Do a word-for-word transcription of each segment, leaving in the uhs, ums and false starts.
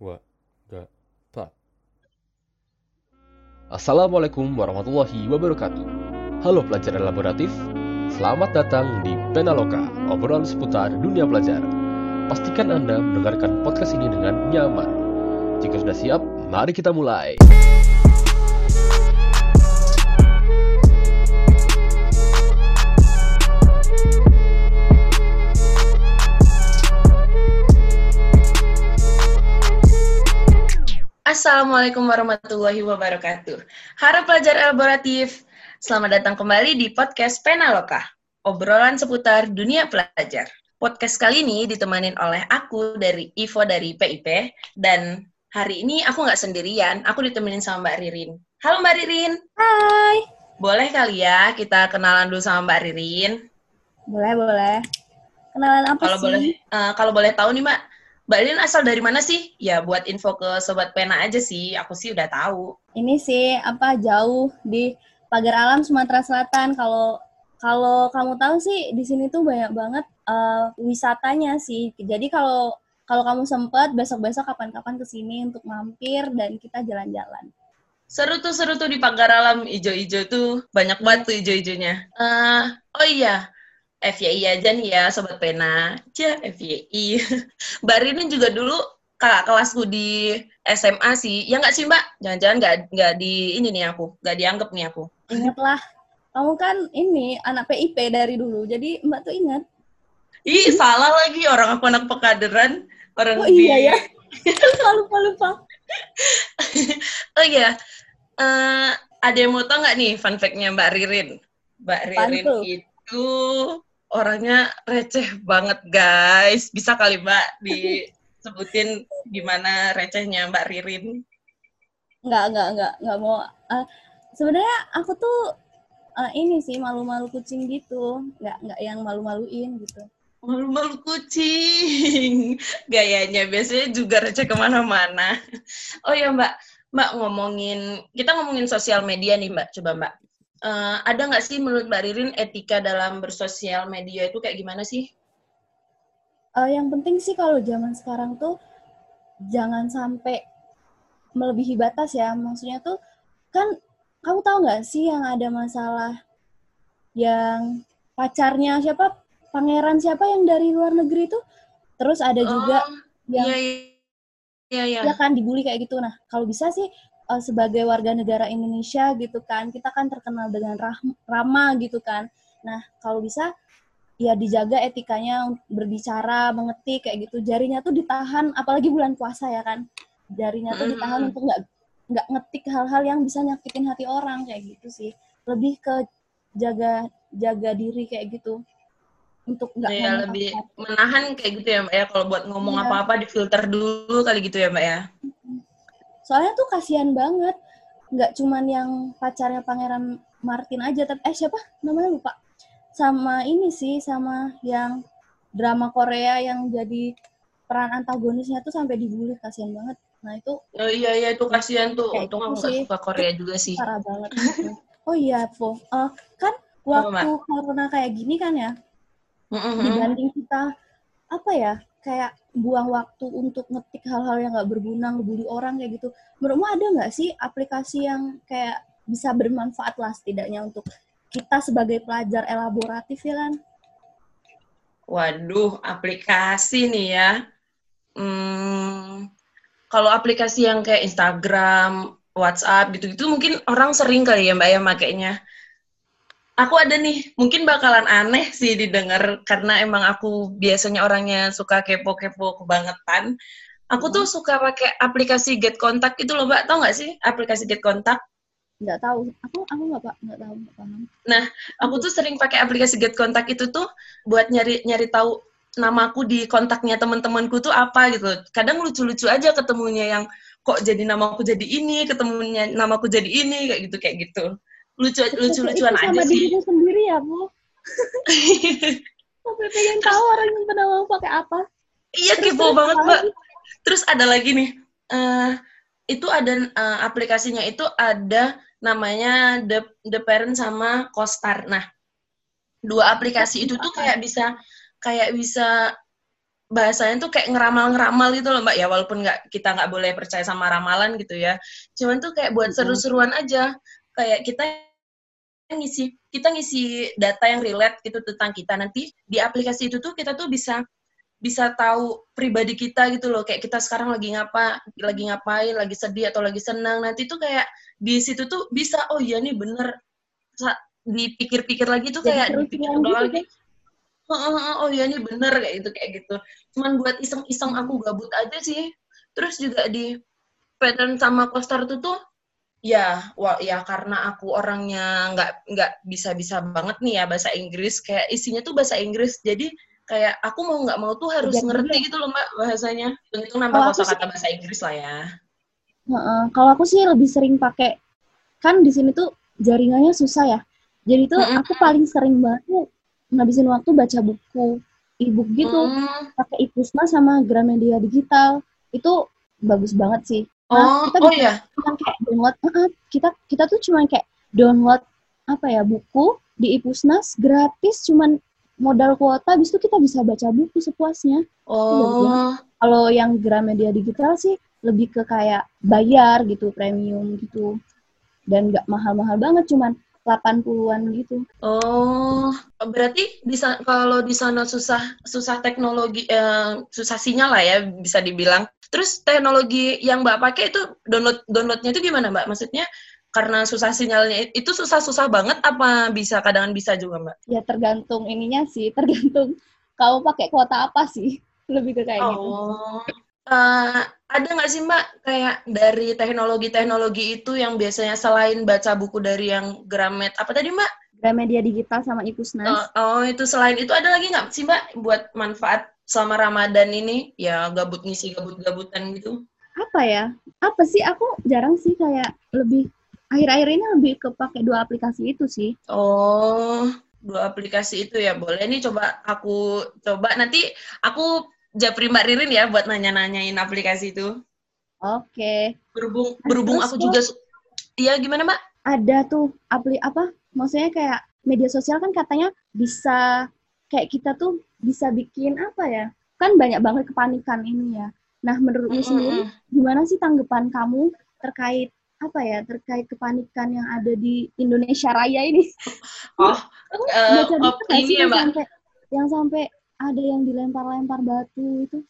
Dua, tiga, empat. Assalamualaikum warahmatullahi wabarakatuh. Halo pelajar elaboratif, selamat datang di Penaloka, obrolan seputar dunia pelajar. Pastikan Anda mendengarkan podcast ini dengan nyaman. Jika sudah siap, mari kita mulai. Assalamualaikum warahmatullahi wabarakatuh. Harap pelajar elaboratif, selamat datang kembali di podcast Penaloka, obrolan seputar dunia pelajar. Podcast kali ini ditemanin oleh aku dari Ivo dari P I P, dan hari ini aku nggak sendirian, aku ditemenin sama Mbak Ririn. Halo Mbak Ririn. Hai. Boleh kali ya kita kenalan dulu sama Mbak Ririn? Boleh, boleh. Kenalan apa Kalau sih? boleh, uh, kalau boleh tahu nih Mbak, Mbak Ririn asal dari mana sih? Ya buat info ke Sobat Pena aja sih, aku sih udah tahu. Ini sih apa jauh di Pagar Alam Sumatera Selatan. Kalau kalau kamu tahu sih di sini tuh banyak banget uh, wisatanya sih. Jadi kalau kalau kamu sempat besok-besok kapan-kapan ke sini untuk mampir dan kita jalan-jalan. Seru tuh, seru tuh di Pagar Alam, ijo-ijo tuh. Banyak banget tuh ijo-ijonya. Uh, oh iya, F Y I aja nih ya, Sobat Pena. Cia, F Y I. Mbak Rinin juga dulu kakak kelasku di S M A sih. Ya nggak sih, Mbak? Jangan-jangan nggak nggak di ini nih aku, nggak dianggap nih aku. Ingatlah, kamu kan ini anak P I P dari dulu, jadi Mbak tuh ingat. Ih, salah lagi. Orang aku anak pekaderan. Orang oh di... iya ya, lupa-lupa. oh iya, uh, ada yang mau tau nggak nih fun fact-nya Mbak Ririn? Mbak Ririn Pantul. itu orangnya receh banget, guys. Bisa kali Mbak disebutin gimana recehnya Mbak Ririn? Enggak, enggak, enggak, enggak mau. Uh, sebenarnya aku tuh uh, ini sih malu-malu kucing gitu, enggak, enggak yang malu-maluin gitu. Malu-malu kucing. Gayanya biasanya juga receh kemana-mana. Oh ya Mbak, Mbak ngomongin, kita ngomongin sosial media nih Mbak, coba Mbak. Uh, ada nggak sih menurut Mbak Ririn etika dalam bersosial media itu kayak gimana sih? Uh, yang penting sih kalau zaman sekarang tuh jangan sampai melebihi batas ya. Maksudnya tuh kan kamu tahu nggak sih yang ada masalah yang pacarnya siapa, pangeran siapa yang dari luar negeri tuh, terus ada juga oh, yang iya, iya, iya. ya kan dibully kayak gitu. Nah kalau bisa sih uh, sebagai warga negara Indonesia gitu kan, kita kan terkenal dengan rah- ramah gitu kan. Nah kalau bisa ya dijaga etikanya berbicara, mengetik kayak gitu. Jarinya tuh ditahan, apalagi bulan puasa ya kan. Jarinya tuh ditahan Mm-hmm. untuk nggak nggak ngetik hal-hal yang bisa nyakitin hati orang kayak gitu sih. Lebih ke jaga jaga diri kayak gitu. Untuk nggak Ya, ngomong lebih kasar. menahan kayak gitu ya Mbak ya. Kalau buat ngomong Iya. apa-apa difilter dulu kali gitu ya Mbak ya. Soalnya tuh kasihan banget. Nggak cuman yang pacarnya Pangeran Martin aja, tapi eh siapa namanya lupa. Sama ini sih, sama yang drama Korea yang jadi peran antagonisnya tuh sampai dibully, kasihan banget. Nah itu Oh iya iya itu kasihan tuh. kayak Untung gitu aku nggak sih. suka Korea juga sih. Parah banget. Oh iya, Po. Uh, kan Apa, waktu Mbak? corona kayak gini kan ya, Mm-hmm. dibanding kita apa ya, kayak buang waktu untuk ngetik hal-hal yang nggak berguna, ngebully orang kayak gitu. Menurutmu ada nggak sih aplikasi yang kayak bisa bermanfaat lah setidaknya untuk kita sebagai pelajar elaboratif ya kan? Waduh, aplikasi nih ya. Hmm, kalau aplikasi yang kayak Instagram, WhatsApp gitu-gitu mungkin orang sering kali ya Mbak ya makainya. Aku ada nih, mungkin bakalan aneh sih didengar karena emang aku biasanya orangnya suka kepo-kepo kebangetan. Aku tuh suka pakai aplikasi Get Contact itu loh Mbak, tau nggak sih aplikasi Get Contact? Nggak tahu, aku aku nggak pak nggak tahu nggak paham. Nah, aku tuh sering pakai aplikasi Get Contact itu tuh buat nyari nyari tahu namaku di kontaknya teman-temanku tuh apa gitu. Kadang lucu-lucu aja ketemunya yang kok jadi namaku jadi ini, ketemunya namaku jadi ini kayak gitu kayak gitu. Lucu lucu-lucuan Itu aja sama sih. dirinya sendiri ya, Bu. Sampai pengen Terus tahu orang yang pernah mau pakai apa. iya Terus kepo terus banget apa Mbak. lagi? Terus ada lagi nih, uh, itu ada uh, aplikasinya itu ada namanya The The Parent sama CoStar. Nah, dua aplikasi itu tuh kayak bisa kayak bisa bahasanya tuh kayak ngeramal-ngeramal gitu loh Mbak ya, walaupun nggak kita nggak boleh percaya sama ramalan gitu ya. Cuman tuh kayak buat seru-seruan aja. Kayak kita ngisi kita ngisi data yang relate gitu tentang kita, nanti di aplikasi itu tuh kita tuh bisa bisa tahu pribadi kita gitu loh, kayak kita sekarang lagi ngapa lagi ngapain, lagi sedih atau lagi senang, nanti tuh kayak di situ tuh bisa, oh iya nih bener, dipikir-pikir lagi tuh kayak dipikir ulang lagi, oh, oh iya nih bener kayak gitu kayak gitu cuman buat iseng-iseng aku gabut aja sih. Terus juga di pattern sama CoStar tuh tuh ya, wah, ya karena aku orangnya nggak nggak bisa-bisa banget nih ya bahasa Inggris, kayak isinya tuh bahasa Inggris, jadi kayak aku mau nggak mau tuh harus Belajar ngerti juga. gitu loh Mbak bahasanya. Itu nambah Kalau aku kosakata sih- bahasa Inggris lah ya. Heeh, kalau aku sih lebih sering pakai, kan di sini tuh jaringannya susah ya. Jadi tuh Mm-mm. aku paling sering banget tuh ngabisin waktu baca buku e-book gitu, Mm. pakai iPusna sama Gramedia Digital. Itu bagus banget sih. Oh, Nah, kita oh bisa ya. cuma kayak download, uh-uh, kita kita tuh cuma kayak download apa ya buku di iPusnas gratis, cuman modal kuota, habis itu kita bisa baca buku sepuasnya. Itu bagus banget. Oh, Kalau yang Gramedia Digital sih lebih ke kayak bayar gitu, premium gitu. Dan nggak mahal-mahal banget, cuman delapan puluhan gitu. oh, berarti di sa- kalau di sana susah susah teknologi, eh, susah sinyal lah ya bisa dibilang. Terus teknologi yang Mbak pakai itu download downloadnya itu gimana Mbak? Maksudnya karena susah sinyalnya itu susah-susah banget apa bisa kadang bisa juga Mbak? Ya tergantung ininya sih, tergantung kamu pakai kuota apa sih. Lebih ke kayak gitu. Oh, eh, ada nggak sih Mbak kayak dari teknologi-teknologi itu yang biasanya selain baca buku dari yang Gramet apa tadi Mbak? Gramedia Digital sama Oh, iPusnas. oh, itu selain itu ada lagi nggak sih Mbak buat manfaat selama Ramadan ini? Ya gabut ngisi gabut-gabutan gitu. Apa ya? Apa sih? Aku jarang sih kayak lebih, akhir-akhir ini lebih kepake dua aplikasi itu sih. Oh, dua aplikasi itu ya boleh nih coba aku coba nanti aku japri Mbak Ririn ya buat nanya-nanyain aplikasi itu. Oke. Berhubung Nah, berhubung terus aku tuh juga su- iya gimana Mbak? ada tuh apli apa? Maksudnya kayak media sosial kan katanya bisa kayak kita tuh bisa bikin apa ya? Kan banyak banget kepanikan ini ya. Nah, menurutmu sendiri Mm-mm-mm. gimana sih tanggapan kamu terkait apa ya? Terkait kepanikan yang ada di Indonesia Raya ini? Oh, Kamu eh, baca berita op- nggak ini sih ya yang Mbak. sampai yang sampai ada yang dilempar-lempar batu itu?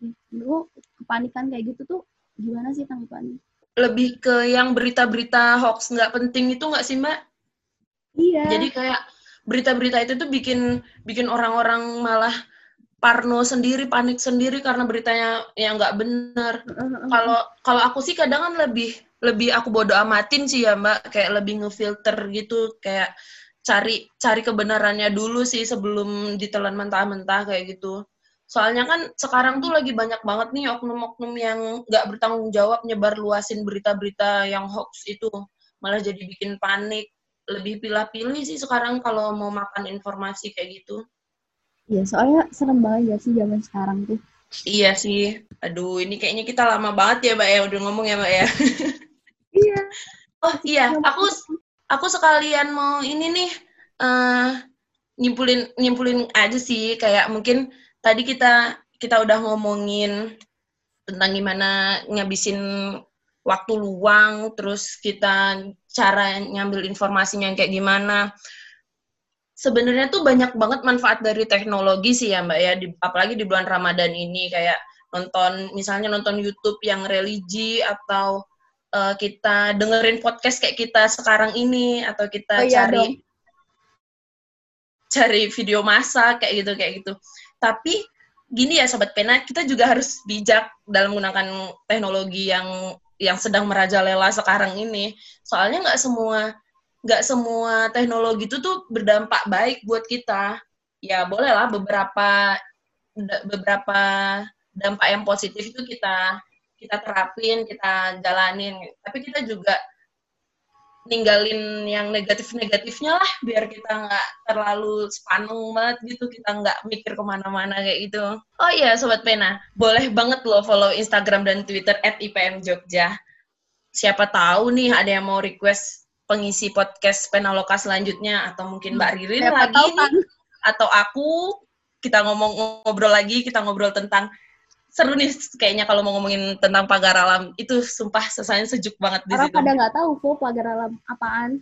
Lu kepanikan kayak gitu tuh gimana sih tanggapannya? Lebih ke yang berita-berita hoax nggak penting itu nggak sih Mbak? Iya. Jadi kayak berita-berita itu tuh bikin bikin orang-orang malah parno sendiri, panik sendiri karena beritanya yang nggak benar. Kalau kalau aku sih kadang kan lebih lebih aku bodo amatin sih ya Mbak, kayak lebih ngefilter gitu, kayak cari cari kebenarannya dulu sih sebelum ditelan mentah-mentah kayak gitu. Soalnya kan sekarang tuh lagi banyak banget nih oknum-oknum yang nggak bertanggung jawab nyebar luasin berita-berita yang hoax itu, malah jadi bikin panik. Lebih pilih-pilih sih sekarang kalau mau makan informasi kayak gitu. Iya, soalnya serem banget ya sih zaman sekarang tuh. Iya sih. Aduh, ini kayaknya kita lama banget ya, Mbak ya, udah ngomong ya, Mbak ya. Iya. Oh iya, aku aku sekalian mau ini nih eh nyimpulin nyimpulin aja sih, kayak mungkin tadi kita kita udah ngomongin tentang gimana ngabisin waktu luang, terus kita cara ngambil informasinya yang kayak gimana. Sebenarnya tuh banyak banget manfaat dari teknologi sih ya Mbak ya, di, apalagi di bulan Ramadan ini kayak nonton, misalnya nonton YouTube yang religi atau uh, kita dengerin podcast kayak kita sekarang ini atau kita Oh iya cari dong. cari video masak kayak gitu kayak gitu. Tapi gini ya Sobat Pena, kita juga harus bijak dalam menggunakan teknologi yang yang sedang merajalela sekarang ini. Soalnya nggak semua nggak semua teknologi itu tuh berdampak baik buat kita. Ya bolehlah beberapa beberapa dampak yang positif itu kita kita terapin, kita jalanin. Tapi kita juga ninggalin yang negatif-negatifnya lah, biar kita nggak terlalu sepaneng banget gitu, kita nggak mikir kemana-mana kayak gitu. Oh iya Sobat Pena, boleh banget loh follow Instagram dan Twitter at I P M Jogja. Siapa tahu nih ada yang mau request pengisi podcast Penaloka selanjutnya, atau mungkin Mbak Ririn Siapa lagi tahu nih, kan? atau aku. kita ngomong ngobrol lagi, kita ngobrol tentang seru nih kayaknya kalau mau ngomongin tentang pagar alam. Itu sumpah rasanya sejuk banget di Orang situ. pada nggak tahu kok pagar alam apaan.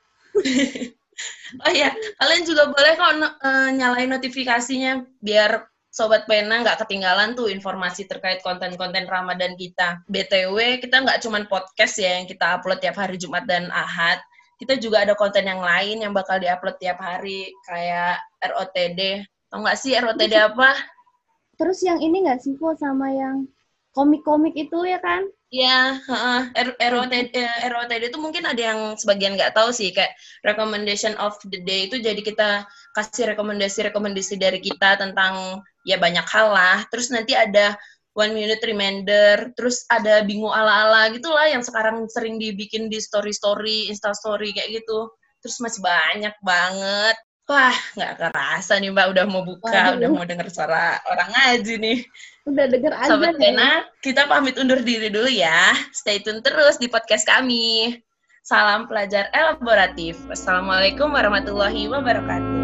Oh iya, kalian juga boleh kok no, uh, nyalain notifikasinya biar Sobat Pena nggak ketinggalan tuh informasi terkait konten-konten Ramadan kita. B T W, kita nggak cuma podcast ya yang kita upload tiap hari Jumat dan Ahad. Kita juga ada konten yang lain yang bakal diupload tiap hari, kayak R O T D. Tau nggak sih R O T D apa? Terus yang ini nggak sih, Po, sama yang komik-komik itu ya kan? Iya, uh, R O T D, R O T D itu mungkin ada yang sebagian nggak tahu sih, kayak recommendation of the day itu jadi kita kasih rekomendasi-rekomendasi dari kita tentang ya banyak hal lah. Terus nanti ada one minute reminder, terus ada bingung ala-ala gitulah yang sekarang sering dibikin di story-story, Insta-story kayak gitu. Terus masih banyak banget. Wah, nggak kerasa nih Mbak udah mau buka, Waduh. udah mau denger suara orang ngaji nih. Udah denger aja Sobat nih. Pena, kita pamit undur diri dulu ya. Stay tune terus di podcast kami. Salam pelajar elaboratif. Wassalamualaikum warahmatullahi wabarakatuh.